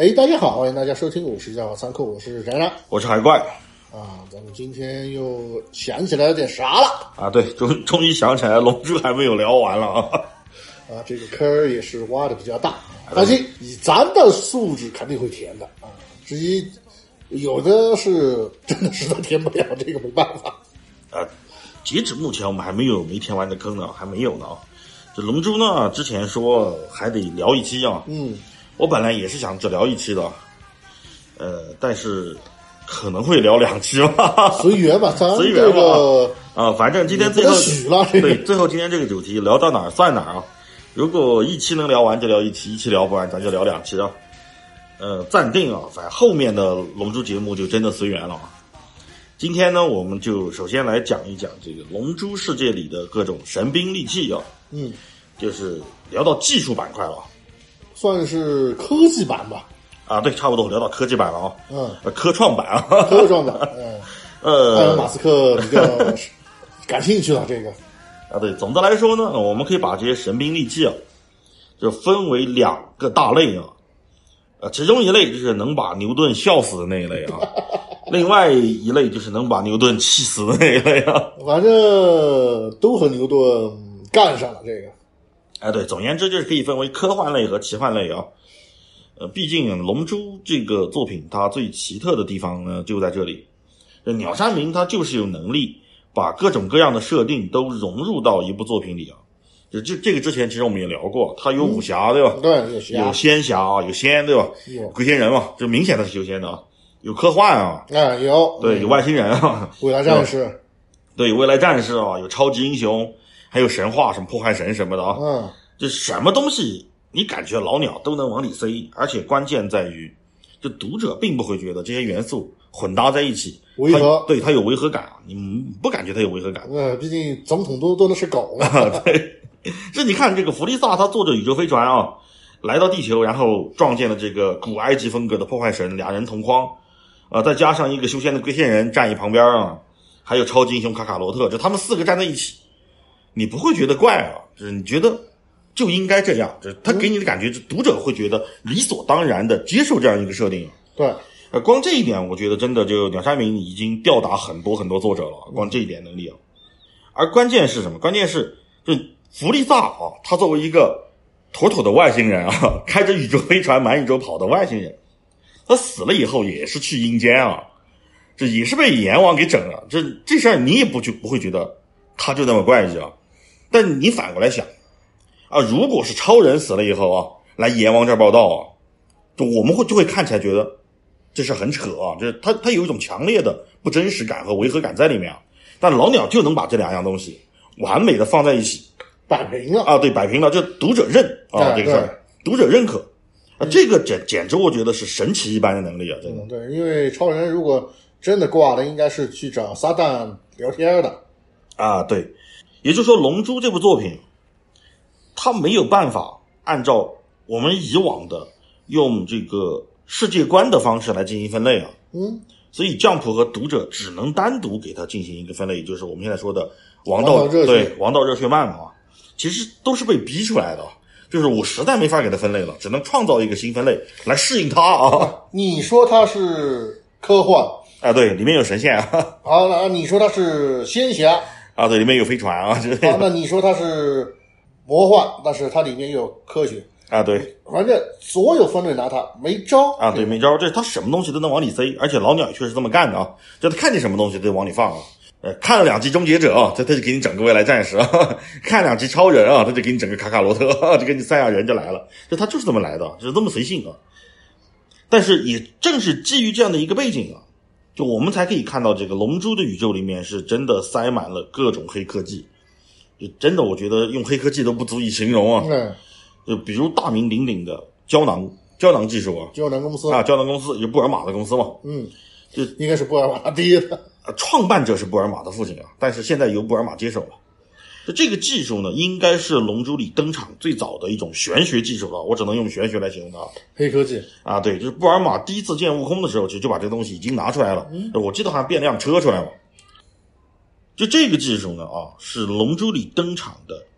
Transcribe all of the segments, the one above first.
大家好，欢迎大家收听我是叫仓库，我是冉冉， 我是海怪啊。咱们今天又想起来了点啥了啊？对，终于想起来，龙珠还没有聊完了啊！ 啊，这个坑也是挖的比较大，放心，以咱的素质肯定会填的啊。至于有的是真的实在填不了，这个没办法啊。截止目前我们还没填完的坑呢，还没有呢。这龙珠呢，之前说还得聊一期啊。我本来也是想只聊一期的，但是可能会聊2期吧， 随缘吧，咱随缘吧。啊，反正今天最后对最后今天这个主题聊到哪儿算哪儿啊。如果一期能聊完就聊一期，一期聊不完咱就聊2期啊。暂定啊，反正后面的龙珠节目就真的随缘了啊。今天呢，我们就首先来讲一讲这个龙珠世界里的各种神兵利器啊。就是聊到技术板块了， 算是科技版吧。 啊，对，差不多聊到科技版了啊。科创版啊， 科创版。埃隆·马斯克比较感兴趣了这个。 啊，对，总的来说呢，我们可以把这些神兵利器啊，就分为2个大类啊。其中一类就是能把牛顿笑死的那一类啊，另外一类就是能把牛顿气死的那一类啊。 反正都和牛顿干上了这个。 对，总而言之就是可以分为科幻类和奇幻类啊。毕竟龙珠这个作品它最奇特的地方呢就在这里。鸟山明他就是有能力把各种各样的设定都融入到一部作品里啊。这个之前其实我们也聊过，他有武侠对吧？ 对， 有仙侠啊，有仙对吧？龟仙人嘛，这明显的是修仙的啊。有科幻啊， 有对，有外星人啊， 未来战士， 对，有未来战士啊，有超级英雄，还有神话，什么破坏神什么的啊。这什么东西你感觉老鸟都能往里塞，而且关键在于，这读者并不会觉得这些元素混搭在一起违和， 对，它有违和感啊，你不感觉它有违和感？ 毕竟总统都能是狗嘛。 对，这你看这个弗利萨他坐着宇宙飞船啊，来到地球，然后撞见了这个古埃及风格的破坏神，俩人同框，再加上一个修仙的龟仙人站一旁边啊，还有超级英雄卡卡罗特，就他们4个站在一起，你不会觉得怪啊，就是你觉得就应该这样，就是他给你的感觉，读者会觉得理所当然的接受这样一个设定。 对， 光这一点我觉得真的就鸟山明已经吊打很多作者了，光这一点能力啊。而关键是什么？关键是就弗利萨啊，他作为一个妥妥的外星人啊，开着宇宙飞船满宇宙跑的外星人，他死了以后也是去阴间啊，这也是被阎王给整了。这事儿你也不会觉得他就那么怪异啊。但你反过来想啊，如果是超人死了以后啊，来阎王这儿报道啊，就我们就会看起来觉得这是很扯啊，就是他有一种强烈的不真实感和违和感在里面啊。但老鸟就能把这2样东西完美的放在一起， 摆平了啊，对，摆平了，就读者认啊，这个事儿，读者认可啊，这个简直我觉得是神奇一般的能力啊，真的。 对，因为超人如果真的挂了，应该是去找撒旦聊天的啊，对，也就是说，《龙珠》这部作品，它没有办法按照我们以往的用这个世界观的方式来进行分类啊。所以Jump和读者只能单独给它进行一个分类，也就是我们现在说的王道热血漫嘛，其实都是被逼出来的，就是我实在没法给它分类了，只能创造一个新分类来适应它啊。 你说它是科幻啊，对，里面有神仙啊。 好，那你说它是仙侠啊，对，里面有飞船啊。 好，那你说它是魔幻，但是它里面有科学啊，对， 反正所有分类拿它没招啊，对，没招，这他什么东西都能往里塞，而且老鸟也确实这么干的啊，就他看见什么东西都往里放啊。看了2集终结者啊，他就给你整个未来战士啊；看2集超人啊，他就给你整个卡卡罗特啊，就给你赛亚人就来了，就他就是这么来的，就是这么随性啊。但是也正是基于这样的一个背景啊，就我们才可以看到这个龙珠的宇宙里面是真的塞满了各种黑科技，就真的我觉得用黑科技都不足以形容啊。就比如大名鼎鼎的胶囊技术啊， 胶囊公司有布尔玛的公司嘛， 就应该是布尔玛爹的， 创办者是布尔玛的父亲啊，但是现在由布尔玛接手了。这个技术呢，应该是龙珠里登场最早的一种玄学技术了，我只能用玄学来形容它。 黑科技啊，对，就是布尔玛第一次见悟空的时候，其实就把这个东西已经拿出来了。我记得好像变辆车出来了。就这个技术呢，是龙珠里登场的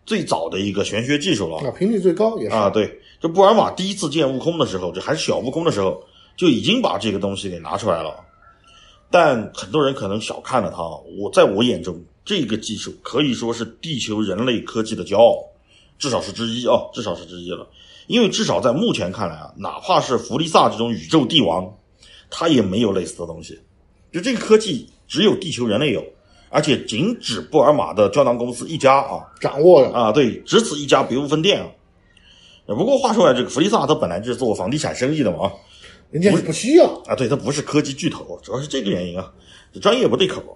最早的一个玄学技术了。 频率最高也是对，这布尔玛第一次见悟空的时候，这还是小悟空的时候，就已经把这个东西给拿出来了。但很多人可能小看了它，在我眼中，这个技术可以说是地球人类科技的骄傲，至少是之一了。因为至少在目前看来哪怕是弗利萨这种宇宙帝王，他也没有类似的东西。就这个科技只有地球人类有，而且仅指布尔玛的胶囊公司一家掌握的对，只此一家，别无分店不过话说来，这个弗利萨他本来就是做房地产生意的嘛人家不需要对，他不是科技巨头，主要是这个原因专业不对口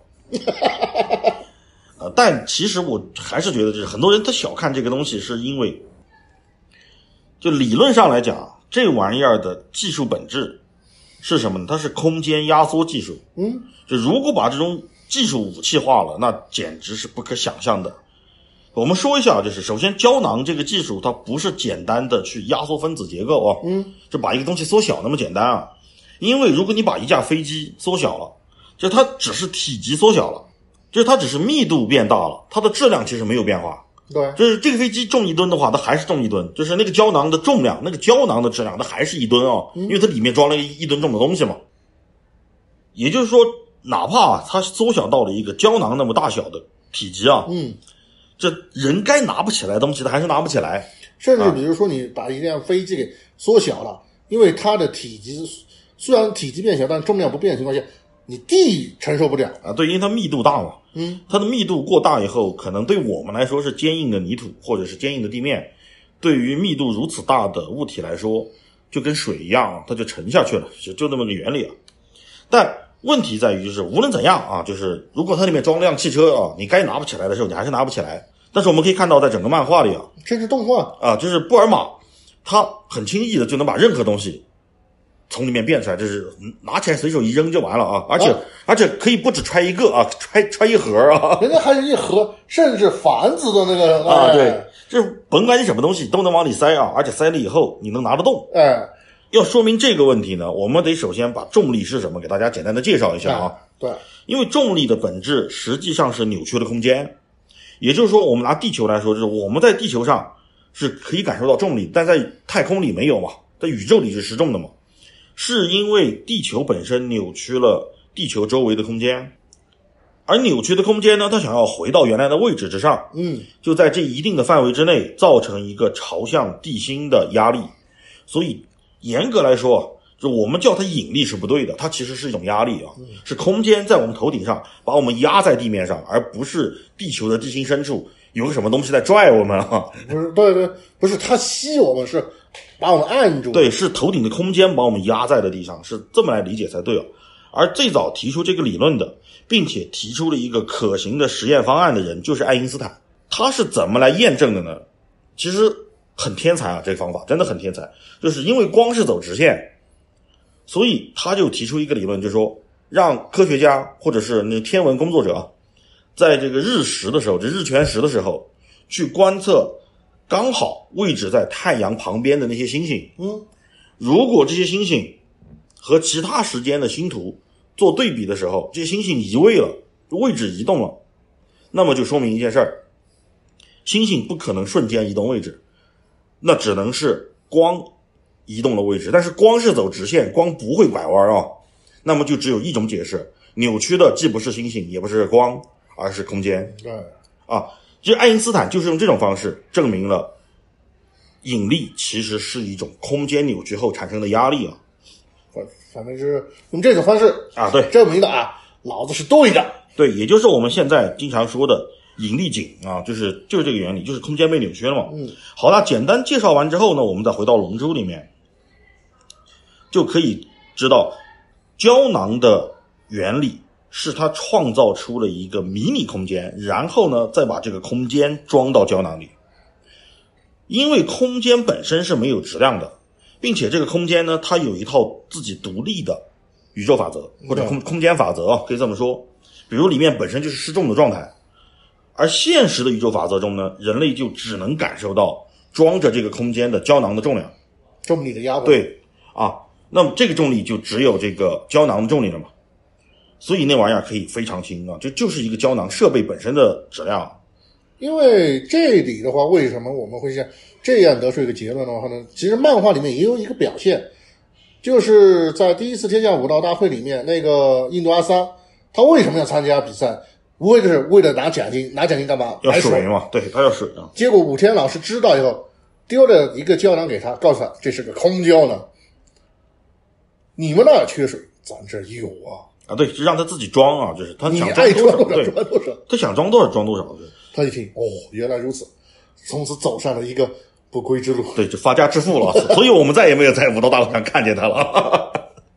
但其实我还是觉得，就是很多人他小看这个东西，是因为就理论上来讲，这玩意儿的技术本质是什么呢？它是空间压缩技术。就如果把这种技术武器化了，那简直是不可想象的。我们说一下，就是首先胶囊这个技术，它不是简单的去压缩分子结构就把一个东西缩小那么简单因为如果你把一架飞机缩小了，就它只是体积缩小了，就是它只是密度变大了，它的质量其实没有变化。 对， 就是这个飞机重1吨的话，它还是重1吨，就是那个胶囊的重量，那个胶囊的质量，它还是1吨因为它里面装了1吨重的东西嘛。也就是说，哪怕它缩小到了一个胶囊那么大小的体积这人该拿不起来的东西，它还是拿不起来。 甚至比如说你把一辆飞机给缩小了，因为它的体积虽然体积变小，但重量不变的情况下，你地承受不了对，因为它密度大嘛。它的密度过大以后，可能对我们来说是坚硬的泥土或者是坚硬的地面，对于密度如此大的物体来说，就跟水一样它就沉下去了，就那么个原理但问题在于，就是无论怎样就是如果它里面装辆汽车你该拿不起来的时候，你还是拿不起来。但是我们可以看到，在整个漫画里甚至动画就是布尔玛他很轻易的就能把任何东西从里面变出来，就是拿起来随手一扔就完了而且可以不止揣一个揣一盒人家还有一盒，甚至房子的那个对，就是甭管你什么东西都能往里塞而且塞了以后你能拿得动。要说明这个问题呢，我们得首先把重力是什么给大家简单的介绍一下对， 因为重力的本质实际上是扭曲的空间。也就是说，我们拿地球来说，就是我们在地球上是可以感受到重力，但在太空里没有嘛，在宇宙里是失重的嘛。是因为地球本身扭曲了地球周围的空间，而扭曲的空间呢，它想要回到原来的位置之上，就在这一定的范围之内造成一个朝向地心的压力。所以严格来说就我们叫它引力是不对的，它其实是一种压力是空间在我们头顶上把我们压在地面上，而不是地球的地心深处有个什么东西在拽我们不是，对，不是它吸我们，是把我们按住。 对，是头顶的空间把我们压在了地上，是这么来理解才对而最早提出这个理论的，并且提出了一个可行的实验方案的人，就是爱因斯坦。他是怎么来验证的呢？其实很天才这个方法真的很天才，就是因为光是走直线，所以他就提出一个理论，就是说让科学家或者是那天文工作者在这个日食的时候，这日全食的时候去观测刚好位置在太阳旁边的那些星星。如果这些星星和其他时间的星图做对比的时候，这些星星移位了，位置移动了，那么就说明一件事儿，星星不可能瞬间移动位置，那只能是光移动了位置。但是光是走直线，光不会拐弯那么就只有一种解释，扭曲的既不是星星也不是光，而是空间。 对其实爱因斯坦就是用这种方式证明了引力其实是一种空间扭曲后产生的压力反正是用这种方式对， 证明的老子是对的。 对，也就是我们现在经常说的引力井就是这个原理，就是空间被扭曲了嘛。好了，简单介绍完之后呢，我们再回到龙珠里面，就可以知道胶囊的原理是它创造出了一个迷你空间，然后呢再把这个空间装到胶囊里。因为空间本身是没有质量的，并且这个空间呢它有一套自己独立的宇宙法则或者空间法则可以这么说。比如里面本身就是失重的状态，而现实的宇宙法则中呢，人类就只能感受到装着这个空间的胶囊的重量， 重力的压迫。 对那么这个重力就只有这个胶囊的重力了嘛，所以那玩意儿可以非常轻就是一个胶囊设备本身的质量。 因为这里的话，为什么我们会像这样得出一个结论的话呢？其实漫画里面也有一个表现，就是在第一次天下武道大会里面，那个印度阿三，他为什么要参加比赛？无非就是为了拿奖金，拿奖金干嘛？ 要水嘛，对，他要水啊。 结果武田老师知道以后，丢了一个胶囊给他，告诉他这是个空胶囊，你们那儿缺水，咱这有啊。 啊，对，是让他自己装啊，就是他想装多少， 对，装多少， 他想装多少装多少。 他一听，哦，原来如此，从此走上了一个不归之路。 对，就发家致富了，所以我们再也没有在武道大会上看见他了。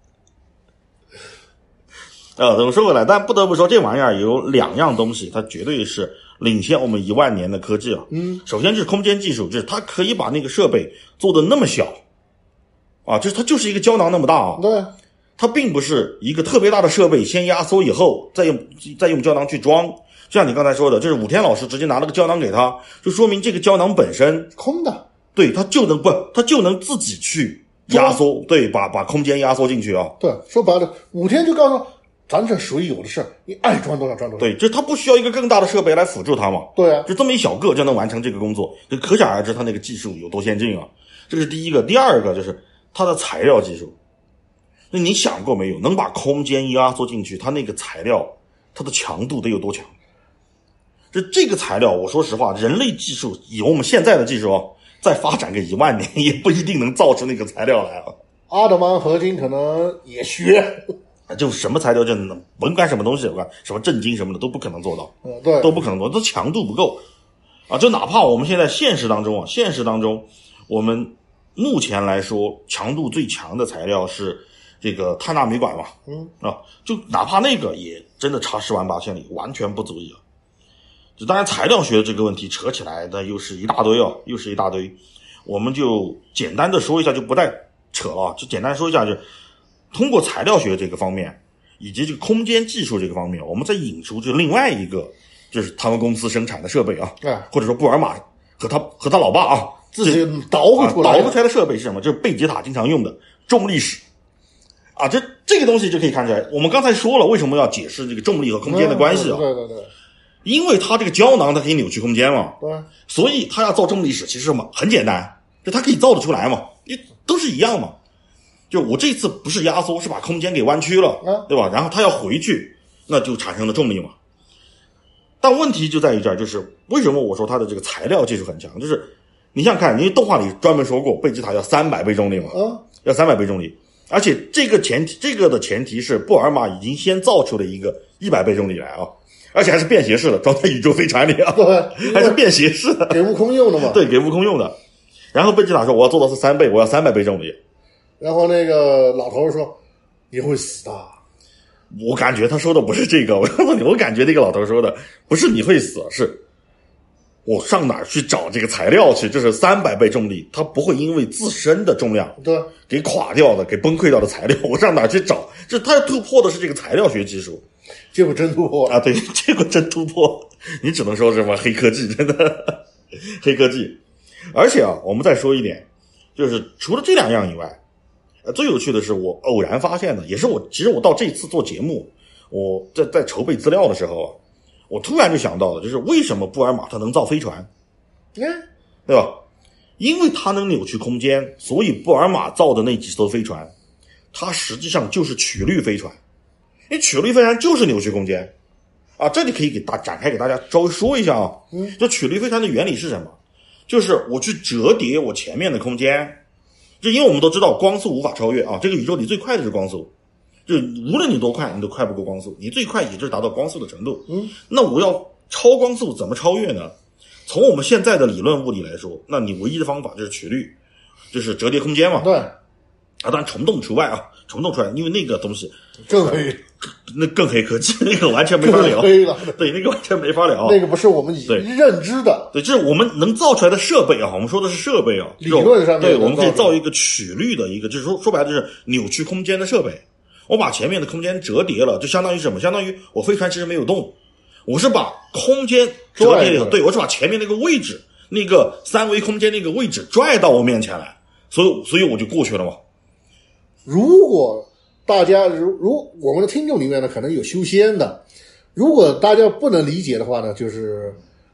怎么说回来？但不得不说，这玩意儿有2样东西，它绝对是领先我们10000年的科技啊。首先就是空间技术，就是它可以把那个设备做得那么小啊，就是它就是一个胶囊那么大啊。 对。 它并不是一个特别大的设备，先压缩以后再用胶囊去装。就像你刚才说的，就是武田老师直接拿了个胶囊给他，就说明这个胶囊本身空的， 对，它就能自己去压缩，对，把空间压缩进去啊。 对，说白了，武田就告诉咱这水有的是，你爱装多少装多少。 对，就是它不需要一个更大的设备来辅助它嘛。 对啊， 就这么一小个就能完成这个工作，就可想而知它那个技术有多先进啊。这是第一个，第二个就是它的材料技术。那你想过没有，能把空间压缩进去，它那个材料它的强度得有多强？这个材料，我说实话，人类技术以我们现在的技术再发展个10000年，也不一定能造出那个材料来啊。 阿德曼合金可能也学， 就什么材料，就甭管什么东西，什么正金什么的都不可能做到， 对， 都不可能做到，这强度不够啊。就哪怕我们现在现实当中，我们目前来说强度最强的材料是这个碳纳米管嘛，就哪怕那个也真的差10万8千里，完全不足以啊。就当然材料学这个问题扯起来的又是一大堆我们就简单的说一下，就不再扯了，就简单说一下，就是通过材料学这个方面以及这个空间技术这个方面，我们再引出就另外一个，就是他们公司生产的设备啊，或者说布尔玛和他老爸啊自己捣鼓出来的设备是什么？就是贝吉塔经常用的重力史啊。这个东西就可以看出来，我们刚才说了为什么要解释这个重力和空间的关系啊。 对， 因为它这个胶囊它可以扭曲空间嘛， 对， 所以它要造重力史其实嘛很简单，就它可以造得出来嘛，都是一样嘛。就我这次不是压缩，是把空间给弯曲了，对吧？然后它要回去，那就产生了重力嘛。但问题就在于这儿，就是为什么我说它的这个材料技术很强，就是你想想看，因为动画里专门说过贝吉塔要300倍重力嘛，要300倍重力，而且这个的前提是布尔玛已经先造出了一个100倍重力来啊。而且还是便携式的，装在宇宙飞船里啊，对，还是便携式的， 给悟空用的嘛。 对，给悟空用的。然后贝吉塔说：“我要做到是3倍，我要300倍重力。” 然后那个老头说：“你会死的。” 我感觉他说的不是这个，我告诉你，我感觉那个老头说的不是你会死，是我上哪儿去找这个材料去？这是300倍重力，它不会因为自身的重量对给垮掉的、给崩溃掉的材料，我上哪儿去找？他突破的是这个材料学技术。 结果真突破啊！对，结果真突破，你只能说什么黑科技，真的黑科技。而且我们再说一点，就是除了这2样以外，最有趣的是我偶然发现的，也是其实我到这次做节目，我在筹备资料的时候，我突然就想到了，就是为什么布尔玛它能造飞船，对吧？因为它能扭曲空间，所以布尔玛造的那几艘飞船，它实际上就是曲率飞船。因为曲率飞船就是扭曲空间啊，这里可以展开给大家稍微说一下啊。就曲率飞船的原理是什么？就是我去折叠我前面的空间，就因为我们都知道光速无法超越啊，这个宇宙里最快的是光速，就无论你多快，你都快不过光速，你最快也就是达到光速的程度。那我要超光速怎么超越呢？从我们现在的理论物理来说，那你唯一的方法就是曲率，就是折叠空间嘛。 对。 当然虫洞除外啊，虫洞除外，因为那个东西更黑， 那更黑科技，那个完全没法聊。 黑了， 对，那个完全没法聊。 那个不是我们已经认知的。 对，这是我们能造出来的设备啊，我们说的是设备啊， 理论上面对，我们可以造一个曲率的一个，就是说白了就是扭曲空间的设备。我把前面的空间折叠了，就相当于什么？相当于我飞船其实没有动，我是把空间折叠了，对，我是把前面那个位置，那个3维空间那个位置拽到我面前来，所以我就过去了嘛。 如果大家如我们的听众里面呢，可能有修仙的，如果大家不能理解的话呢，就是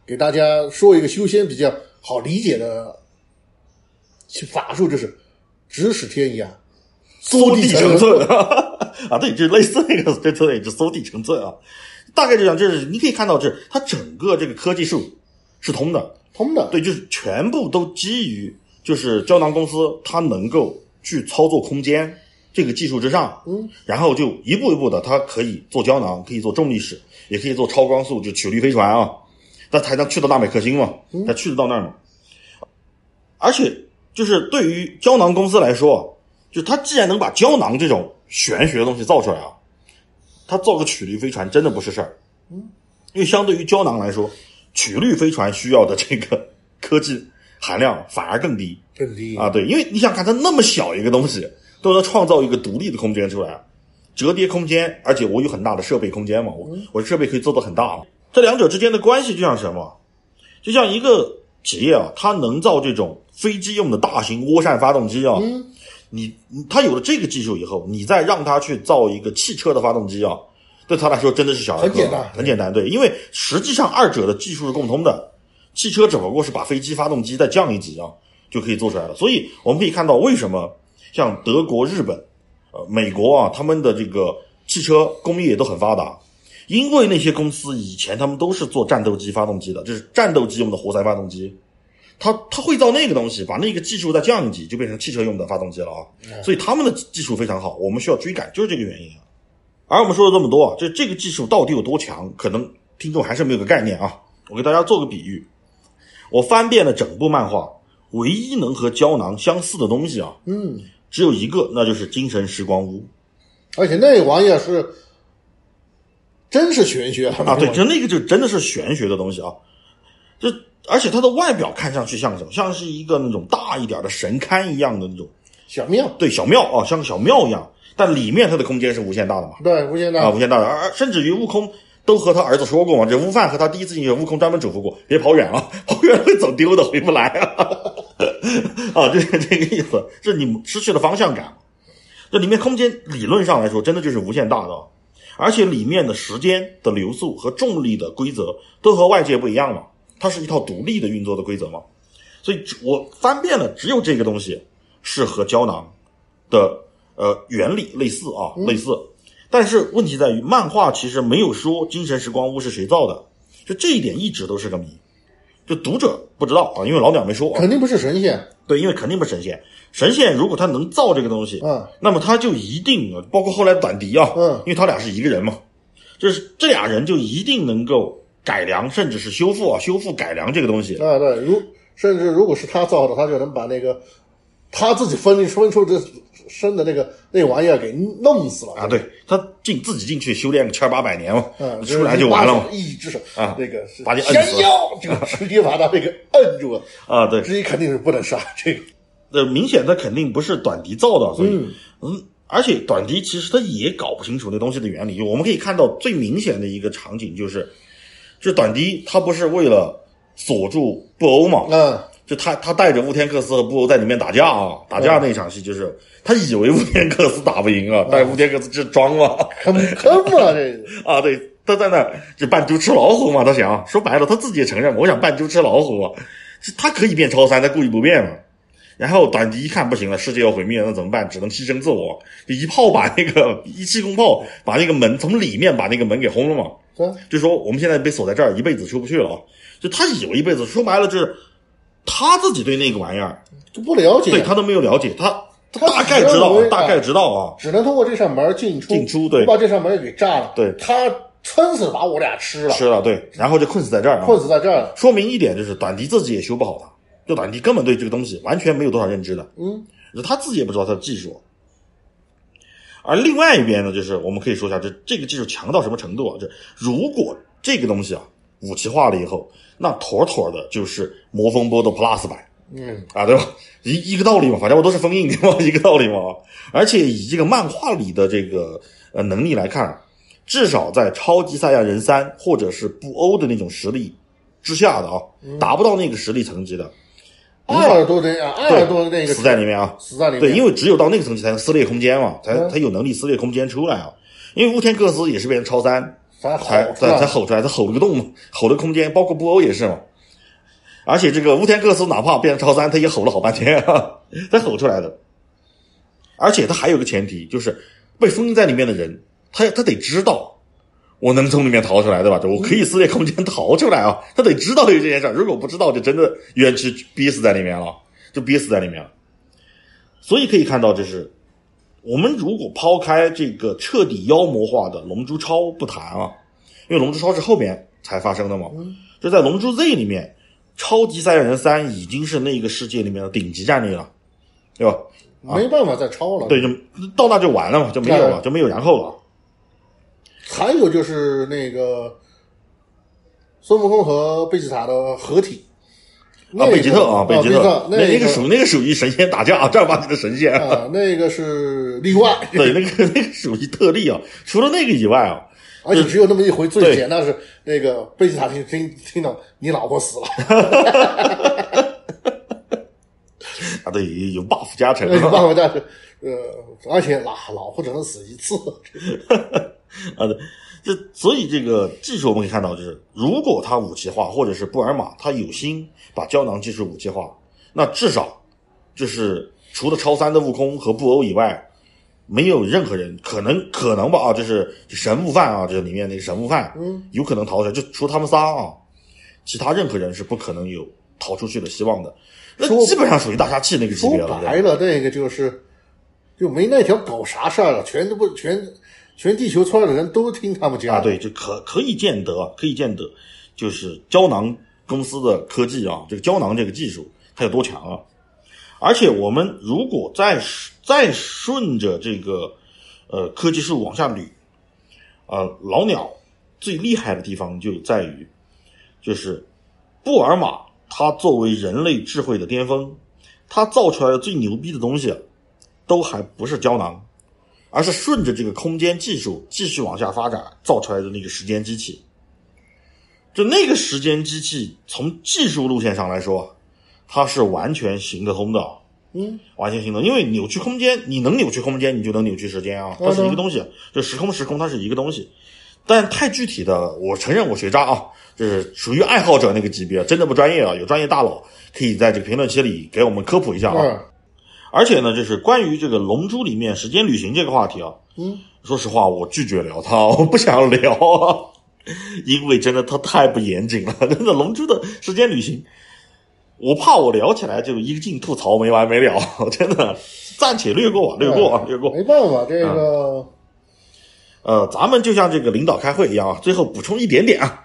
给大家说一个修仙比较好理解的法术，就是咫尺天涯， 缩地成寸啊，对，就类似那个，对，就缩地成寸啊。大概就这样，就是你可以看到，它整个这个科技树是通的，对，就是全部都基于就是胶囊公司它能够去操作空间这个技术之上，然后就一步一步的，它可以做胶囊，可以做重力室，也可以做超光速，就曲率飞船啊，它才能去到纳美克星嘛，它去得到那儿嘛。而且就是对于胶囊公司来说，就它既然能把胶囊这种玄学的东西造出来啊，它造个曲率飞船真的不是事儿，因为相对于胶囊来说，曲率飞船需要的这个科技含量反而更低啊。对，因为你想看它那么小一个东西都能创造一个独立的空间出来，折叠空间，而且我有很大的设备空间嘛，我设备可以做得很大。这两者之间的关系就像什么？就像一个企业啊，它能造这种飞机用的大型涡扇发动机啊，它有了这个技术以后，你再让它去造一个汽车的发动机啊，对他来说真的是小儿科，很简单，对，因为实际上二者的技术是共通的，汽车只不过是把飞机发动机再降一级啊，就可以做出来了。所以我们可以看到，为什么像德国、日本、美国啊，他们的这个汽车工业都很发达，因为那些公司以前他们都是做战斗机发动机的，就是战斗机用的活塞发动机。他会造那个东西，把那个技术再降一级，就变成汽车用的发动机了啊！所以他们的技术非常好，我们需要追赶，就是这个原因。而我们说了这么多啊，这个技术到底有多强，可能听众还是没有个概念啊。我给大家做个比喻，我翻遍了整部漫画，唯一能和胶囊相似的东西啊，只有一个，那就是精神时光屋。 而且那玩意儿是真是玄学啊！ 对，那个就真的是玄学的东西啊，而且它的外表看上去像什么？像是一个那种大一点的神龛一样的那种小庙， 对，小庙啊，像个小庙一样。但里面它的空间是无限大的嘛？ 对，无限大啊，无限大的。而甚至于悟空都和他儿子说过嘛，这悟饭和他第一次进去，悟空专门嘱咐过，别跑远了，跑远了会走丢的，回不来啊，就是这个意思，是你失去了方向感。这里面空间理论上来说，真的就是无限大的，而且里面的时间的流速和重力的规则都和外界不一样嘛。它是一套独立的运作的规则嘛，所以我翻遍了，只有这个东西是和胶囊的原理类似啊，类似。但是问题在于，漫画其实没有说精神时光屋是谁造的，就这一点一直都是个谜，就读者不知道啊，因为老鸟没说啊。 肯定不是神仙， 对，因为肯定不是神仙。神仙如果他能造这个东西，那么他就一定，包括后来短笛啊，因为他俩是一个人嘛，就是这俩人就一定能够改良，甚至是修复改良这个东西啊，对，甚至如果是他造的，他就能把那个他自己分出这生的那玩意儿给弄死了啊！对，他自己进去修炼个700-800年嘛，出来就完了嘛， 一只手啊， 那个是把你摁死， 就直接把他那个摁住了啊！对， 直接肯定是不能杀这个。 明显他肯定不是短笛造的，所以而且短笛其实他也搞不清楚那东西的原理。我们可以看到最明显的一个场景就是。这短笛他不是为了锁住布欧嘛？就他带着乌天克斯和布欧在里面打架啊，打架那场戏就是他以为乌天克斯打不赢啊，但是乌天克斯就是装嘛， 坑嘛这啊，对，他在那就扮猪吃老虎嘛，他想说白了他自己也承认，我想扮猪吃老虎啊，他可以变超三，他故意不变嘛。然后短笛一看不行了，世界要毁灭了，那怎么办？只能牺牲自我，就一炮把那个气功炮把那个门从里面把那个门给轰了嘛。就说我们现在被锁在这儿，一辈子出不去了啊！就他以为一辈子，说白了就是他自己对那个玩意儿就不了解， 对他都没有了解，他大概知道啊， 只能通过这扇门进出， 对， 把这扇门给炸了， 对， 他撑死把我俩吃了， 对，然后就困死在这儿，说明一点就是短笛自己也修不好它，就短笛根本对这个东西完全没有多少认知的，他自己也不知道他的技术。而另外一边呢，就是我们可以说一下这个技术强到什么程度啊？就如果这个东西啊武器化了以后，那妥的就是魔风波的 Plus 版，对吧？一个道理嘛，反正我都是封印的嘛，一个道理嘛。而且以这个漫画里的这个能力来看，至少在超级赛亚人3或者是布欧的那种实力之下的啊，达不到那个实力层级的。 20多那个死在里面啊，对，因为只有到那个层级才能撕裂空间嘛，才有能力撕裂空间出来啊。因为乌天克斯也是变成超3， 才吼出来，才吼了个洞嘛，吼的空间，包括布欧也是嘛。而且这个乌田克斯哪怕变成超三，他也吼了好半天啊，才吼出来的。而且他还有个前提，就是被封在里面的人，他得知道我能从里面逃出来，对吧？我可以撕裂空间逃出来啊，他得知道有这件事，如果不知道，就真的冤屈逼死在里面了，就逼死在里面了。所以可以看到，就是我们如果抛开这个彻底妖魔化的龙珠超不谈啊，因为龙珠超是后面才发生的嘛，就在龙珠 Z 里面，超级赛亚人3已经是那个世界里面的顶级战力了，对吧？ 没办法再超了。 对，就到那就完了嘛，就没有了，就没有然后了。 还有就是那个孙悟空和贝吉塔的合体。 贝吉特啊，贝吉特， 那个属于神仙打架，正儿八经的神仙啊，那个是例外。 对，那个属于特例啊。除了那个以外啊， 而且只有那么一回，最简单是那个贝吉塔听到你老婆死了。 啊，对，有 buff 加成， 有 buff 加成，而且老婆只能死一次。 啊，对，所以这个技术我们可以看到，就是如果他武器化，或者是布尔玛他有心把胶囊技术武器化，那至少就是除了超三的悟空和布欧以外，没有任何人可能吧啊，就是神悟饭啊，这里面那个神悟饭，有可能逃出来，就除他们仨啊，其他任何人是不可能有逃出去的希望的。那基本上属于大杀器那个级别了。 说白了，那个就没那条狗啥事儿了，全地球村的人都听他们讲啊。对，就可以见得，就是胶囊公司的科技啊，这个胶囊这个技术它有多强啊！而且我们如果再顺着这个科技树往下捋，老鸟最厉害的地方就在于，就是布尔玛他作为人类智慧的巅峰，他造出来的最牛逼的东西都还不是胶囊，而是顺着这个空间技术继续往下发展造出来的那个时间机器。就那个时间机器从技术路线上来说，它是完全行得通的，完全行得通。因为扭曲空间，你能扭曲空间，你就能扭曲时间啊，它是一个东西，就时空它是一个东西。但太具体的，我承认我学渣啊，就是属于爱好者那个级别，真的不专业啊。有专业大佬可以在这个评论区里给我们科普一下啊。而且呢，就是关于这个龙珠里面时间旅行这个话题啊，说实话我拒绝聊它，我不想聊啊，因为真的它太不严谨了。真的龙珠的时间旅行，我怕我聊起来就一个劲吐槽没完没了，真的暂且略过。 没办法，这个。 咱们就像这个领导开会一样啊，最后补充一点啊，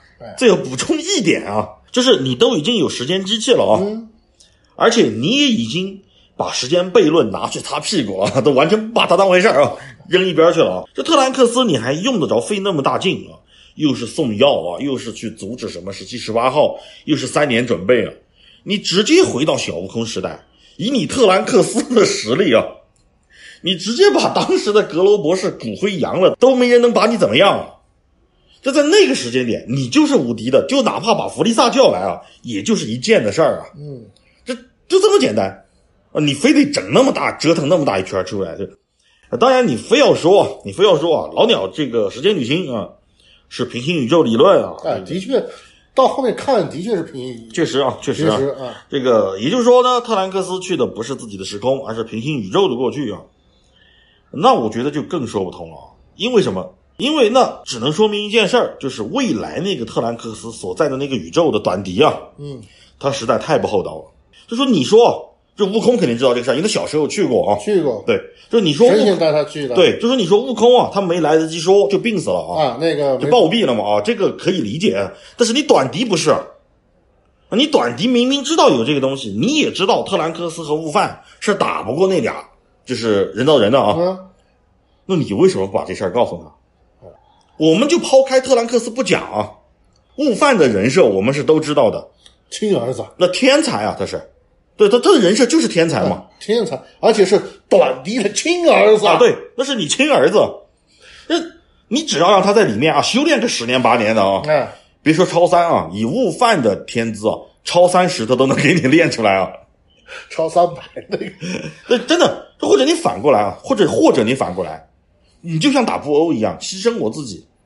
就是你都已经有时间机器了啊，而且你也已经把时间悖论拿去擦屁股了，都完全不把它当回事啊，扔一边去了啊。这特兰克斯你还用得着费那么大劲啊？又是送药啊，又是去阻止什么17、18号，又是3年准备啊，你直接回到小悟空时代，以你特兰克斯的实力啊，你直接把当时的格罗博士骨灰扬了，都没人能把你怎么样啊！就在那个时间点，你就是无敌的，就哪怕把弗利萨叫来啊，也就是一件的事儿啊。就这么简单啊！你非得整那么大，折腾那么大一圈出来，当然你非要说啊，老鸟这个时间旅行啊，是平行宇宙理论啊。 的确，到后面看的确是平行宇宙。 确实啊。这个也就是说呢，特兰克斯去的不是自己的时空，而是平行宇宙的过去啊。那我觉得就更说不通了，因为什么？因为那只能说明一件事儿，就是未来那个特兰克斯所在的那个宇宙的短笛啊，他实在太不厚道了。就说你说，这悟空肯定知道这个事儿，因为他小时候去过啊，对，就你说神仙带他去的， 对，就说你说悟空啊，他没来得及说就病死了啊， 那个就暴毙了嘛啊，这个可以理解，但是你短笛不是。你短笛明明知道有这个东西，你也知道特兰克斯和悟饭是打不过那俩就是人造人的啊，那你为什么不把这事儿告诉他？我们就抛开特兰克斯不讲啊，悟饭的人设我们是都知道的， 亲儿子， 那天才啊，他是，对，他的人设就是天才嘛， 天才，而且是短笛的亲儿子啊，对，那是你亲儿子，那你只要让他在里面啊修炼个10年8年的啊，别说超三啊，以悟饭的天资啊，超30他都能给你练出来啊， 超300那个， 那真的，或者你反过来啊，或者你反过来，你就像打布欧一样，牺牲我自己，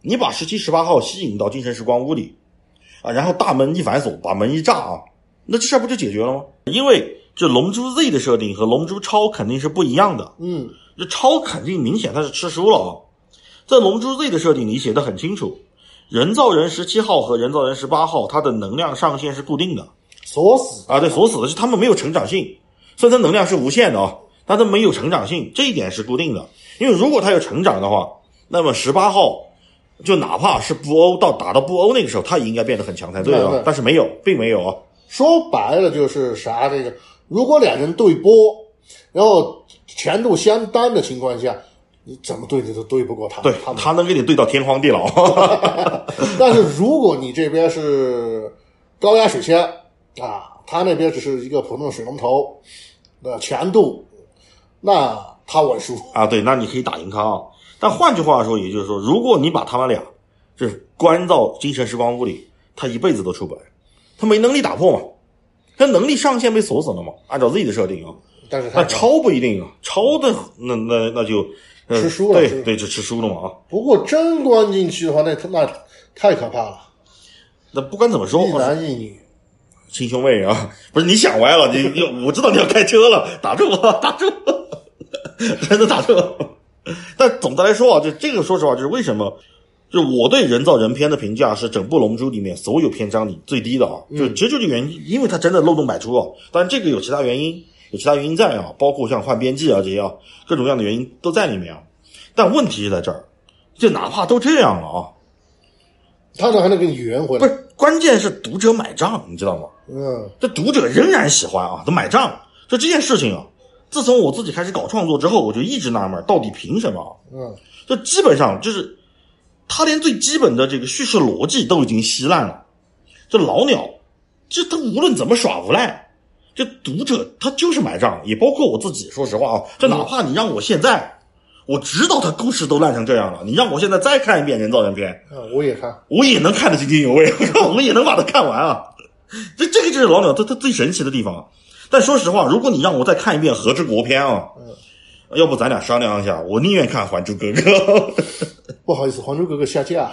你把17、18号吸引到精神时光屋里啊，然后大门一反锁，把门一炸啊，那这事不就解决了吗？因为这龙珠 Z 的设定和龙珠超肯定是不一样的。这超肯定明显它是吃书了啊。在龙珠 Z 的设定里写得很清楚，人造人17号和人造人18号它的能量上限是固定的， 锁死啊，对，锁死的是他们没有成长性，虽然它能量是无限的啊，但它没有成长性，这一点是固定的。因为如果它有成长的话，那么18号就哪怕是布欧打到布欧那个时候，它也应该变得很强才对啊， 对， 但是没有，并没有啊。 说白了就是啥，这个如果两人对波，然后强度相当的情况下，你怎么对你都对不过他。 对，他能给你对到天荒地老。 但是如果你这边是高压水枪啊，他那边只是一个普通的水龙头的强度，那他稳输啊。对，那你可以打赢他啊。但换句话说，也就是说，如果你把他们俩就是关到精神时光屋里，他一辈子都出不来，他没能力打破嘛，他能力上限被锁死了嘛，按照自己的设定啊。 但是他超不一定啊，超的那就吃书了， 对，就吃书了嘛啊。 不过真关进去的话，那太可怕了。 那不管怎么说， 一男一女， 亲兄妹啊，不是你想歪了，我知道你要开车了，打住我，打住我，真的打住我。但总的来说啊，这个说实话就是为什么，就是我对人造人篇的评价是整部龙珠里面所有篇章里最低的啊，就其实就这原因，因为它真的漏洞百出啊。当然这个有其他原因在啊，包括像换编辑啊这些啊，各种各样的原因都在里面啊。但问题是在这儿，就哪怕都这样了啊， 他还能给你圆回来。 不是，关键是读者买账，你知道吗？这读者仍然喜欢啊，都买账。就这件事情啊，自从我自己开始搞创作之后，我就一直纳闷，到底凭什么？就基本上就是他连最基本的这个叙事逻辑都已经稀烂了。这老鸟，这他无论怎么耍无赖，这读者他就是买账，也包括我自己。说实话啊，这哪怕你让我现在。我知道他故事都烂成这样了，你让我现在再看一遍人造人篇， 我也看， 我也能看得津津有味，我也能把它看完啊。这个就是老鸟他最神奇的地方。但说实话，如果你让我再看一遍和之国篇啊，要不咱俩商量一下，我宁愿看还珠格格。 不好意思，还珠格格下架。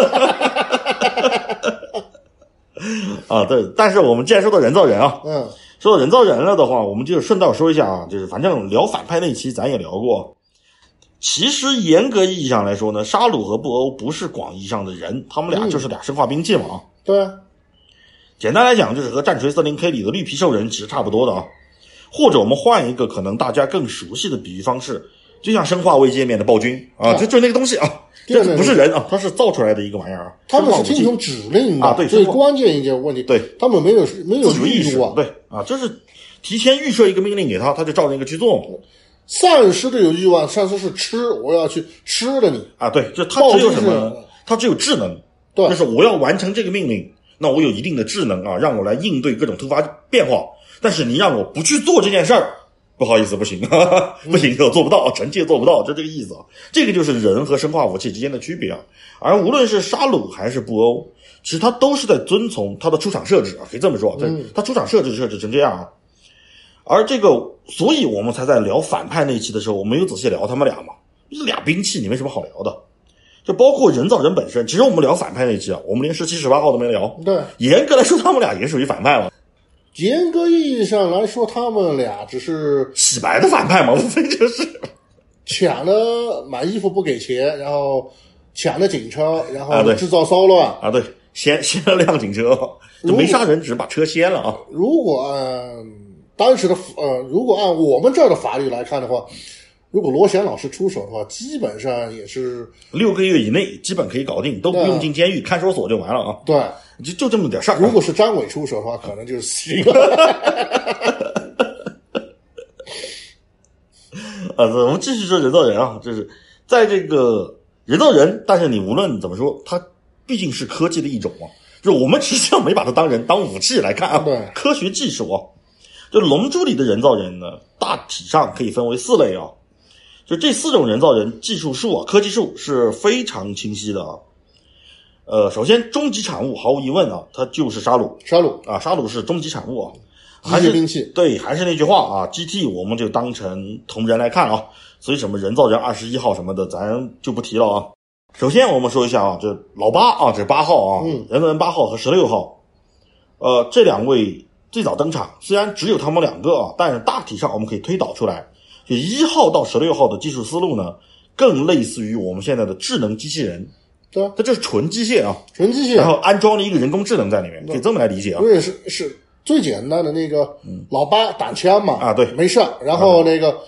啊，对，但是我们既然说到人造人啊，说到人造人了的话，我们就顺道说一下啊，就是反正聊反派那期咱也聊过。其实严格意义上来说呢，沙鲁和布欧不是广义上的人，他们俩就是俩生化兵器嘛。 对， 简单来讲就是和战锤 40K 里的绿皮兽人其实差不多的啊。或者我们换一个可能大家更熟悉的比喻方式，就像生化危界面的暴君啊，就那个东西啊，这不是人啊，它是造出来的一个玩意儿。 他们是听从指令的啊，对，最关键一件问题，对，他们没有自主意识，对啊，就是提前预设一个命令给他，他就照那个去做。 丧尸的有欲望，丧尸是吃，我要去吃了你啊！对，就他只有什么？他只有智能， 对， 就是我要完成这个命令，那我有一定的智能啊，让我来应对各种突发变化。但是你让我不去做这件事儿，不好意思，不行，不行，我做不到，臣妾做不到，就这个意思啊。这个就是人和生化武器之间的区别啊。而无论是沙鲁还是布欧，其实他都是在遵从他的出厂设置啊，可以这么说，他出厂设置成这样啊。而这个，所以我们才在聊反派那期的时候，我没有仔细聊他们俩嘛，这俩兵器你没什么好聊的，就包括人造人本身。其实我们聊反派那期啊，我们连17、18号都没聊。 对， 严格来说，他们俩也属于反派嘛。 严格意义上来说，他们俩只是洗白的反派嘛，无非就是抢了买衣服不给钱，然后抢了警车，然后制造骚乱啊，对，掀了辆警车，就没杀人，只是把车掀了啊。 如果按当时的如果按我们这儿的法律来看的话，如果罗翔老师出手的话，基本上也是 6个月以内基本可以搞定，都不用进监狱，看守所就完了啊。 对， 就这么点事儿。 如果是张伟出手的话，可能就是死刑了。 我们继续说人造人啊，就是在这个人造人，但是你无论怎么说，它毕竟是科技的一种嘛，就是我们实际上没把它当人当武器来看啊， 对， 科学技术啊。就龙珠里的人造人呢，大体上可以分为4类啊。就这4种人造人技术树啊，科技树是非常清晰的啊。首先终极产物毫无疑问啊，它就是沙鲁啊，沙鲁是终极产物啊，还是兵器。 对，还是那句话啊 ，GT 我们就当成同人来看啊，所以什么人造人21号什么的咱就不提了啊。 首先我们说一下啊，这老八啊，这是8号啊，仁泽8号和16号，这两位最早登场，虽然只有他们2个啊，但是大体上我们可以推导出来，就1号到16号的技术思路呢，更类似于我们现在的智能机器人。 对啊， 它就是纯机械啊， 纯机械， 然后安装了一个人工智能在里面，可以这么来理解啊。 因为是最简单的那个老八挡枪嘛， 啊对， 没事，然后那个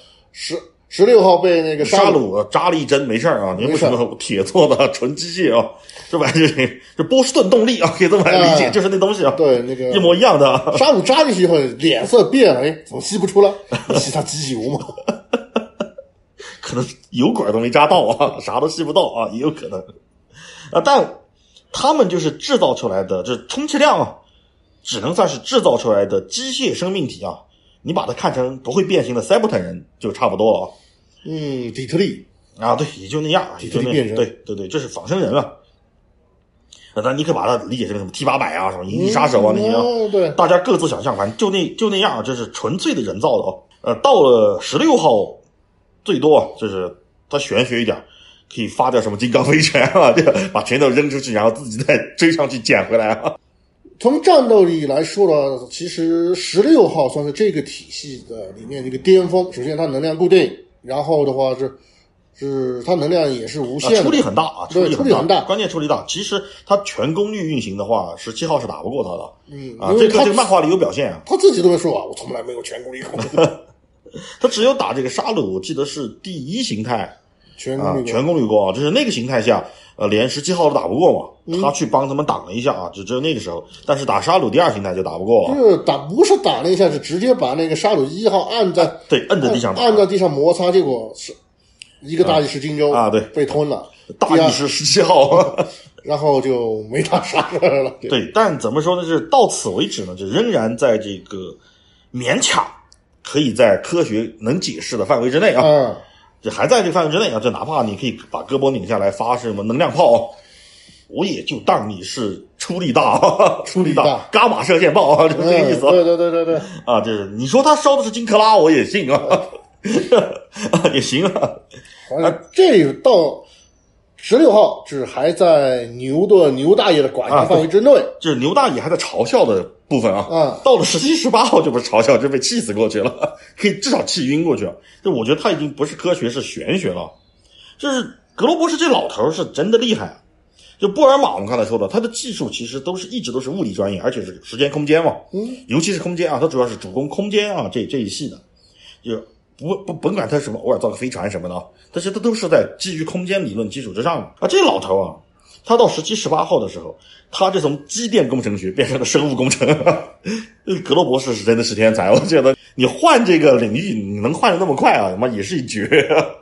16号被那个沙鲁扎了一针，没事啊，你为什么铁做的纯机械啊？是吧？这波士顿动力啊，可以这么来理解，就是那东西啊， 对，那个一模一样的啊。 沙鲁扎进去以后脸色变了，怎么吸不出来？吸他机油嘛？ 可能油管都没扎到啊，啥都吸不到啊，也有可能。但他们就是制造出来的，这充其量啊，只能算是制造出来的机械生命体啊。你把它看成不会变形的塞伯特人就差不多了啊。 底特律啊，对，也就那样， 底特律变人， 对，这是仿生人啊。但你可以把它理解成什么 T800啊，什么银翼杀手啊那些啊， 对， 大家各自想象，反正就那样，这是纯粹的人造的啊。到了16号，最多就是它玄学一点。可以发掉什么金刚飞拳啊，就把拳头扔出去，然后自己再追上去捡回来啊。 从战斗力来说呢，其实16号算是这个体系的里面一个巅峰。首先它能量固定，然后的话是它能量也是无限的， 出力很大啊， 对，出力很大， 关键出力大。其实它全功率运行的话，17号是打不过它的。 因为这个漫画里有表现啊， 他自己都会说啊，我从来没有全功率控制。 他只有打这个沙鲁，我记得是第1形态。 全功率过啊，就是那个形态下，连17号都打不过嘛，他去帮他们挡了一下啊，只有那个时候。但是打沙鲁第2形态就打不过了， 就是不是打了一下，是直接把那个沙鲁1号按在地上打， 按在地上摩擦，结果是一个大意识荆州啊，对， 被吞了。 大意识17号， 然后就没打啥事儿了。 对，但怎么说呢？就是到此为止呢，就仍然在这个勉强可以在科学能解释的范围之内啊。这还在这个范围之内啊，这哪怕你可以把胳膊拧下来发什么能量炮，我也就当你是出力大，伽马射线炮啊，就是这个意思。 对啊，就是你说他烧的是金克拉，我也信啊，也行啊。 这到16号是还在牛大爷的管辖范围之内， 就是牛大爷还在嘲笑的部分啊。到了17、18号就不是嘲笑，就被气死过去了，可以至少气晕过去了。就我觉得他已经不是科学，是玄学了。就是格罗博士这老头是真的厉害。就波尔玛我们刚才说的，他的技术其实一直都是物理专业，而且是时间空间嘛。尤其是空间啊，他主要是主攻空间啊这一系的。就甭管他什么偶尔造个飞船什么的，但是他都是在基于空间理论基础之上啊。这老头啊，他到17、18号的时候，他就从机电工程学变成了生物工程。格罗博士是真的是天才，我觉得你换这个领域，你能换得那么快啊，他妈也是一绝。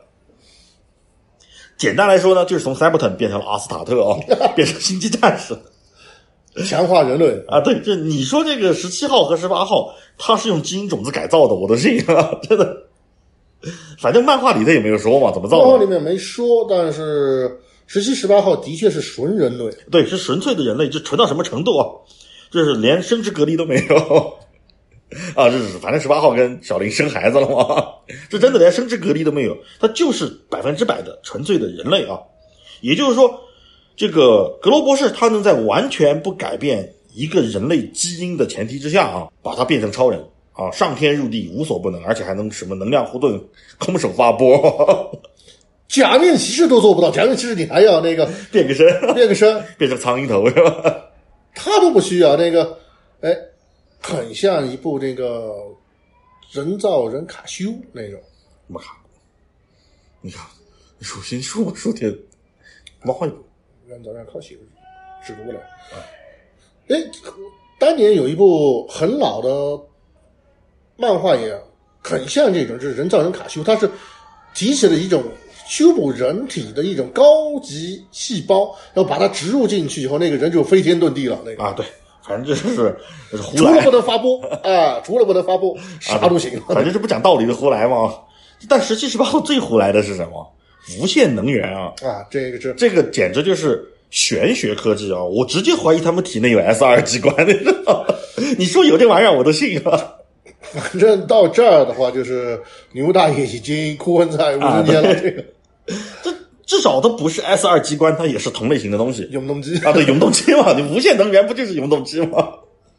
简单来说呢，就是从塞伯特变成了阿斯塔特啊，变成星际战士， 强化人类啊。对，这你说这个17号和18号，他是用基因种子改造的，我都信啊，真的。反正漫画里他也没有说嘛，怎么造的？ 漫画里面没说，但是17、18号的确是纯人类， 对，是纯粹的人类，就纯到什么程度啊？就是连生殖隔离都没有啊！这是反正18号跟小林生孩子了嘛，这真的连生殖隔离都没有，他就是100%的纯粹的人类啊！也就是说，这个格罗博士他能在完全不改变一个人类基因的前提之下啊，把他变成超人啊，上天入地无所不能，而且还能什么能量护盾、空手发波。 假面骑士都做不到，假面骑士你还要那个变个身，变成苍蝇头是吧？ 他都不需要那个，很像一部那个人造人卡修那种。 没看过，你看，你说先说点，没看过。 人造人卡修是多了。当年有一部很老的漫画也很像这种，就是人造人卡修，它是提起了一种修补人体的一种高级细胞，然后把它植入进去以后，那个人就飞天遁地了。那个啊，对，反正就是胡来， 除了不能发波啊，除了不能发波，啥都行。 反正是不讲道理的胡来嘛。但17、18号最胡来的是什么？无限能源啊！ 啊，这个简直就是玄学科技啊！我直接怀疑他们体内有 S2机关，你知道吗？你说有这玩意儿我都信啊。 反正到这儿的话，就是牛大爷已经枯昏在50年了。 至少它不是 S2 机关，它也是同类型的东西。 永动机啊，对，永动机嘛，你无线能源不就是永动机吗？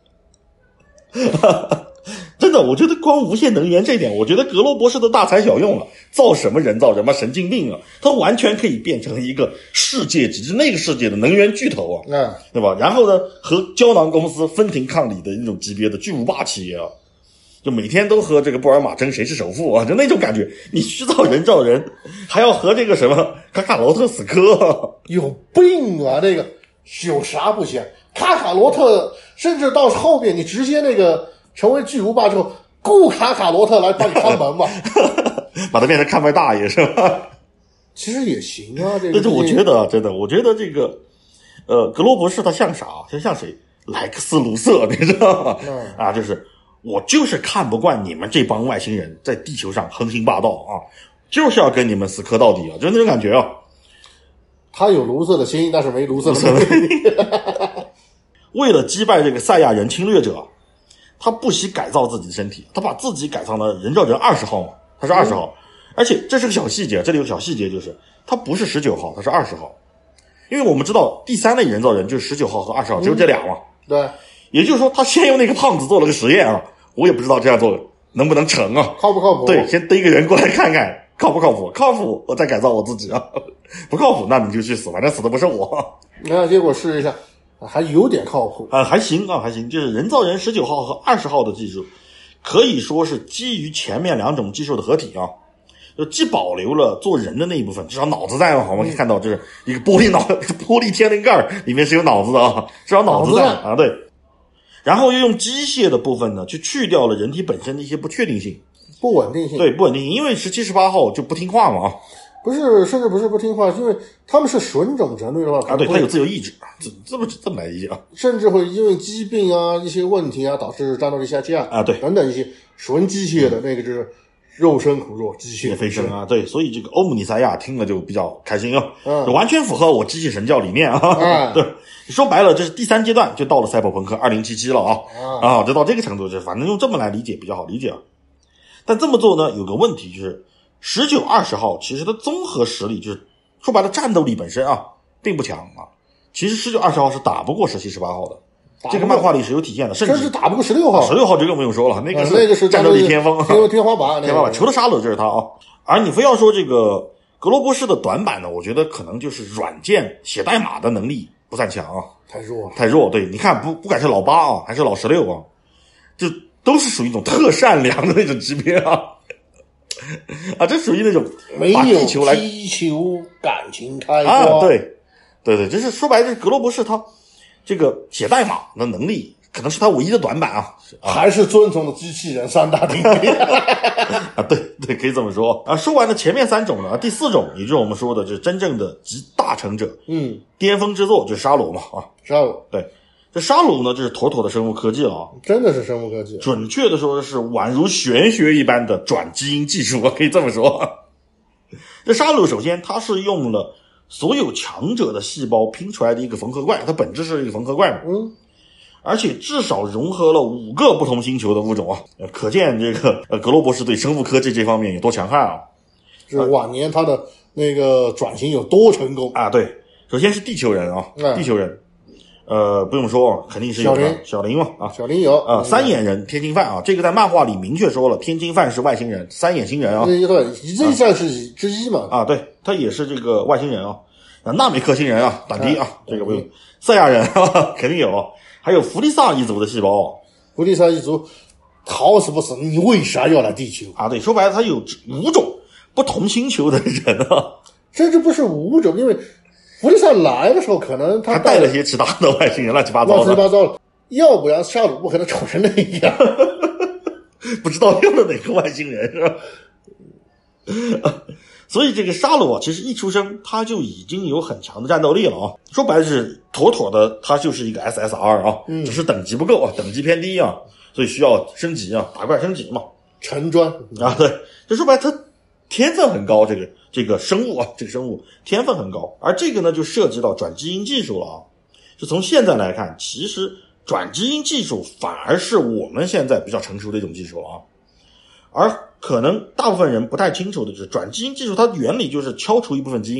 真的，我觉得光无线能源这一点，我觉得格罗博士都大材小用了。造什么人造什么神经病啊！他完全可以变成一个世界级，就是那个世界的能源巨头啊，对吧？然后呢，和胶囊公司分庭抗礼的那种级别的巨无霸企业啊，就每天都和这个布尔玛争谁是首富啊，就那种感觉。你虚造人造人，还要和这个什么卡卡罗特死磕， 有病啊！这个有啥不行？卡卡罗特，甚至到后面你直接那个成为巨无霸之后，雇卡卡罗特来帮你看门吧， 把它变成看门大爷是吧？ 其实也行啊。这个， 但是我觉得真的，我觉得这个格罗博士他像啥？他像谁？莱克斯卢瑟，你知道吗？啊，就是我就是看不惯你们这帮外星人在地球上横行霸道啊，就是要跟你们死磕到底啊，就那种感觉啊。 他有卢瑟的心，但是没卢瑟的能力。 为了击败这个赛亚人侵略者，他不惜改造自己的身体，他把自己改成了人造人20号嘛，他是20号，而且这是个小细节，这里有个小细节就是他不是19号，他是20号，因为我们知道第三类人造人就是19号和20号，只有这俩嘛。 对， 也就是说他先用那个胖子做了个实验啊，我也不知道这样做能不能成啊， 靠不靠谱？ 对，先逮一个人过来看看靠不靠谱，靠谱我再改造我自己啊，不靠谱那你就去死，反正死的不是我。 结果试一下。还有点靠谱还行啊，还行。就是人造人19号和20号的技术，可以说是基于前面两种技术的合体啊，就既保留了做人的那一部分，至少脑子在嘛。我们可以看到，就是一个玻璃天灵盖里面是有脑子的啊，至少脑子在啊，对。然后又用机械的部分呢，去掉了人体本身的一些不确定性、 不稳定性。 对，不稳定性，因为17、18号就不听话嘛啊。 不是，甚至不是不听话，因为他们是纯种人类的话， 对，他有自由意志，这么来理解啊。 甚至会因为疾病啊、一些问题啊，导致战斗力下降啊，对， 等等一些纯机械的那个就是肉身苦弱，机械飞升啊，对，所以这个欧姆尼塞亚听了就比较开心啊，完全符合我机械神教理念啊。对，说白了，这是第3阶段，就到了赛博朋克2077了啊，就到这个程度，就反正用这么来理解比较好理解啊。但这么做呢，有个问题就是19、20号其实它综合实力就是说白了战斗力本身啊并不强啊。其实19、20号是打不过17、18号的，这个漫画里是有体现的，甚至打不过16号。 16号这个不用说了，那个是战斗力天风， 天花板， 除了沙鲁就是他啊。而你非要说这个格罗博士的短板呢，我觉得可能就是软件写代码的能力不算强啊，太弱。对，你看不管是老8啊还是老16啊，就都是属于一种特善良的那种级别啊。这属于那种把地球来没有地球感情开挂啊，对，就是说白了，格罗博士他这个写代码的能力可能是他唯一的短板啊， 还是遵从的机器人3大定律啊，对，可以这么说啊。说完了前面3种呢，第4种也就是我们说的，就是真正的集大成者，巅峰之作就是沙鲁嘛啊， 沙鲁， 对。这沙鲁呢，就是妥妥的生物科技了啊！ 真的是生物科技， 准确的说是宛如玄学一般的转基因技术，可以这么说。这沙鲁首先它是用了所有强者的细胞拼出来的一个缝合怪，它本质是一个缝合怪嘛，而且至少融合了5个不同星球的物种啊，可见这个格罗博士对生物科技这方面有多强悍啊！ 是晚年他的那个转型有多成功啊！对，首先是地球人啊，地球人。不用说，肯定是有的。小林嘛啊， 小林有 3眼人天津饭啊，这个在漫画里明确说了，天津饭是外星人，3眼星人啊， 对，这算是之一嘛啊，对，他也是这个外星人啊，纳美克星人啊，短笛啊，这个不用，赛亚人肯定有，还有弗利萨一族的细胞， 弗利萨一族好死不死，你为啥要来地球啊？对，说白了，他有5种不同星球的人啊， 甚至不是5种，因为弗利萨来的时候，可能他带了些其他的外星人，乱七八糟的，要不然沙鲁不可能丑成那样。 不知道用了哪个外星人是吧？所以这个沙鲁啊，其实一出生他就已经有很强的战斗力了啊。说白了是妥妥的，他就是一个 SSR 啊，只是等级不够啊，等级偏低啊，所以需要升级啊，打怪升级嘛， 沉砖啊，对，就说白了他天分很高，这个生物啊，这个生物天分很高，而这个呢就涉及到转基因技术了啊。就从现在来看，其实转基因技术反而是我们现在比较成熟的一种技术了啊。而可能大部分人不太清楚的就是，转基因技术它原理就是敲除一部分基因，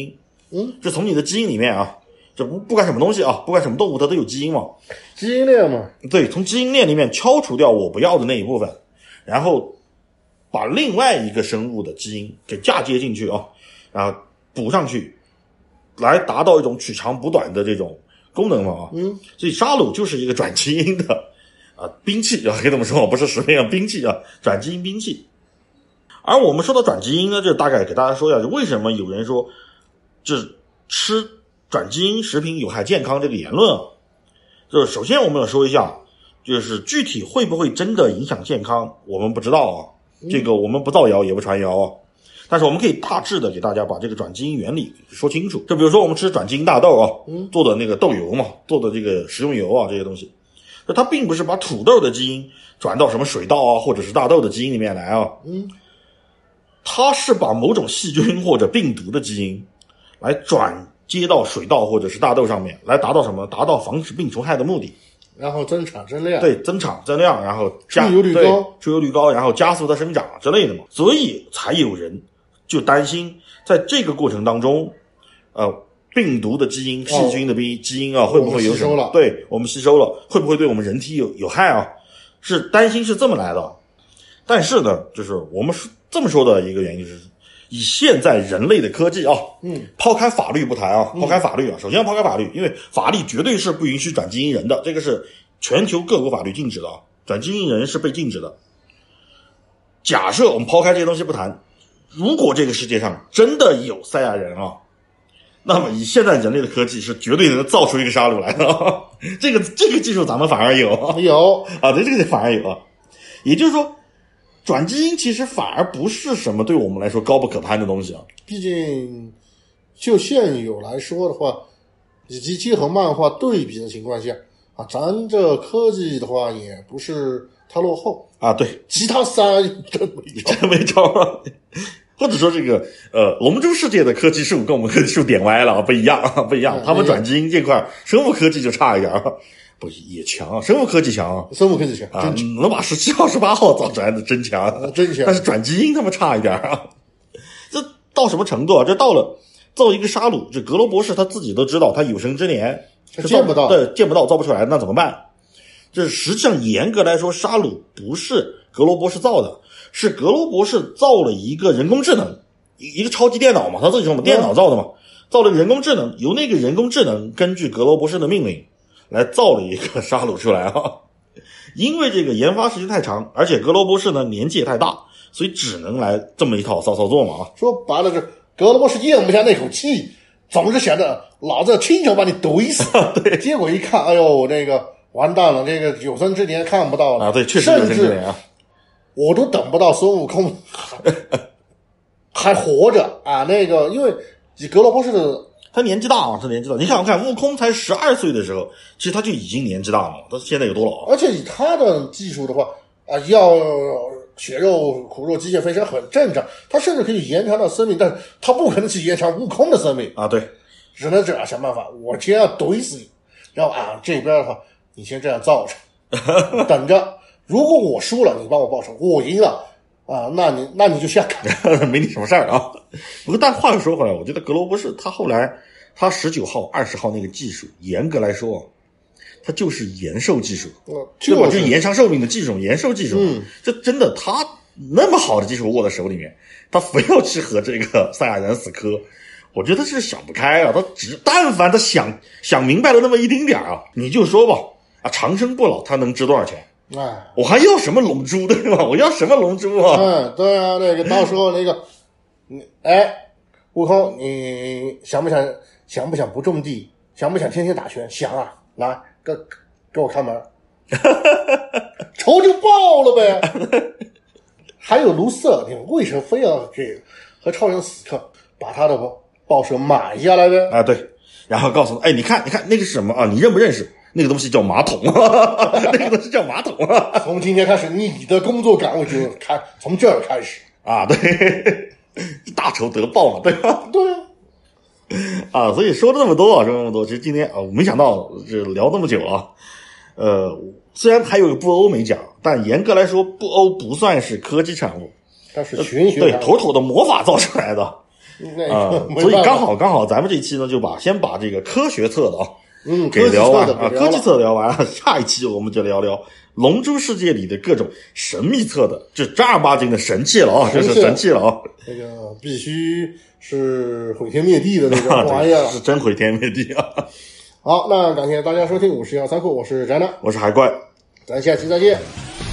是从你的基因里面啊，这不管什么东西啊，不管什么动物它都有基因嘛， 基因链嘛， 对，从基因链里面敲除掉我不要的那一部分，然后把另外一个生物的基因给嫁接进去啊，然后补上去，来达到一种取长补短的这种功能嘛啊。所以沙鲁就是一个转基因的兵器啊，可以这么说，不是食品啊，兵器啊，转基因兵器。而我们说到转基因呢，就大概给大家说一下，就为什么有人说这吃转基因食品有害健康这个言论啊。就是首先我们要说一下，就是具体会不会真的影响健康，我们不知道啊，这个我们不造谣也不传谣啊。但是我们可以大致的给大家把这个转基因原理说清楚。就比如说我们吃转基因大豆啊，做的那个豆油嘛，做的这个食用油啊，这些东西，那它并不是把土豆的基因转到什么水稻啊或者是大豆的基因里面来啊，它是把某种细菌或者病毒的基因来转接到水稻或者是大豆上面，来达到什么？达到防止病虫害的目的。 然后增产增量， 对，增产增量，然后出油率高， 出油率高，然后加速它生长之类的嘛。所以才有人就担心，在这个过程当中，病毒的基因、细菌的基因啊，会不会有什么？对，我们吸收了，会不会对我们人体有害啊？是担心是这么来的。但是呢，就是我们这么说的一个原因，就是以现在人类的科技啊，抛开法律不谈啊，抛开法律啊，首先要抛开法律，因为法律绝对是不允许转基因人的，这个是全球各国法律禁止的啊，转基因人是被禁止的。假设我们抛开这些东西不谈，如果这个世界上真的有赛亚人啊，那么以现在人类的科技是绝对能造出一个沙鲁来的啊，这个技术咱们反而有啊，对，这个反而有啊，也就是说。转基因其实反而不是什么对我们来说高不可攀的东西啊。 毕竟就现有来说的话，以及结合漫画对比的情况下啊，咱这科技的话也不是太落后啊。对， 其他三真没招啊。或者说这个龙珠世界的科技树跟我们科技树点歪了，不一样，他们转基因这块生物科技就差一点啊。不也强啊，生物科技强啊，能把17号18号造出来的真强， 真强。 但是转基因他们差一点啊。这到什么程度啊？这到了造一个沙鲁，这格罗博士他自己都知道，他有生之年是见不到， 对，见不到，造不出来，那怎么办？这实际上严格来说，沙鲁不是格罗博士造的，是格罗博士造了一个人工智能，一个超级电脑嘛，他自己说嘛，电脑造的嘛，造了一个人工智能，由那个人工智能根据格罗博士的命令。来造了一个沙鲁出来啊！因为这个研发时间太长，而且格罗博士呢年纪也太大，所以只能来这么一套骚操作嘛啊！ 说白了，这格罗博士咽不下那口气，总是想着老子亲手把你怼死。 对， 结果一看，哎呦，那个完蛋了，这个有生之年看不到了啊！对，确实有生之年啊！ 我都等不到孙悟空还活着啊！那个，因为格罗博士的。 他年纪大啊，他年纪大。你看悟空才12岁的时候，其实他就已经年纪大了。他现在有多老？ 而且以他的技术的话啊，要血肉苦肉机械飞升很正常。他甚至可以延长到生命，但是他不可能去延长悟空的生命啊。对， 只能这样想办法。我先要怼死你，然后啊这边的话，你先这样造着，等着。如果我输了，你帮我报仇；我赢了。啊，那你就下岗，没你什么事儿啊。不过，但话又说回来，我觉得格罗博士他后来他19号、20号那个技术，严格来说，它就是延寿技术，对吧？就是延长寿命的技术，延寿技术。这真的，他那么好的技术握在手里面，他非要去和这个赛亚人死磕，我觉得是想不开啊。他但凡他想明白了那么一丁点啊，你就说吧，啊，长生不老，他能值多少钱？我还要什么龙珠对吧？我要什么龙珠啊？ 对啊，那个到时候那个，悟空，你想不想不种地？想不想天天打拳？想啊，来，给我看门，仇就报了呗。还有卢瑟，你为什么非要给和超人死磕？把他的报社买下来呗？ 啊，对，然后告诉他，你看那个是什么啊？你认不认识？那个东西叫马桶，那个东西叫马桶。 从今天开始，你的工作岗位就从这儿开始啊！对，大仇得报嘛，对吧？ 对啊，所以说了那么多，其实今天啊，我没想到这聊这么久了。虽然还有个布欧没讲，但严格来说，布欧不算是科技产物， 它是玄学， 对，妥妥的魔法造出来的。 所以刚好咱们这一期呢，就先把这个科学侧的给聊完科技侧聊完，下一期我们就聊聊龙珠世界里的各种神秘侧的，就正儿八经的神器了这是神器了这个必须是毁天灭地的那种玩意儿是真毁天灭地好，那感谢大家收听51仓库，我是宅男， 我是海怪， 咱下期再见。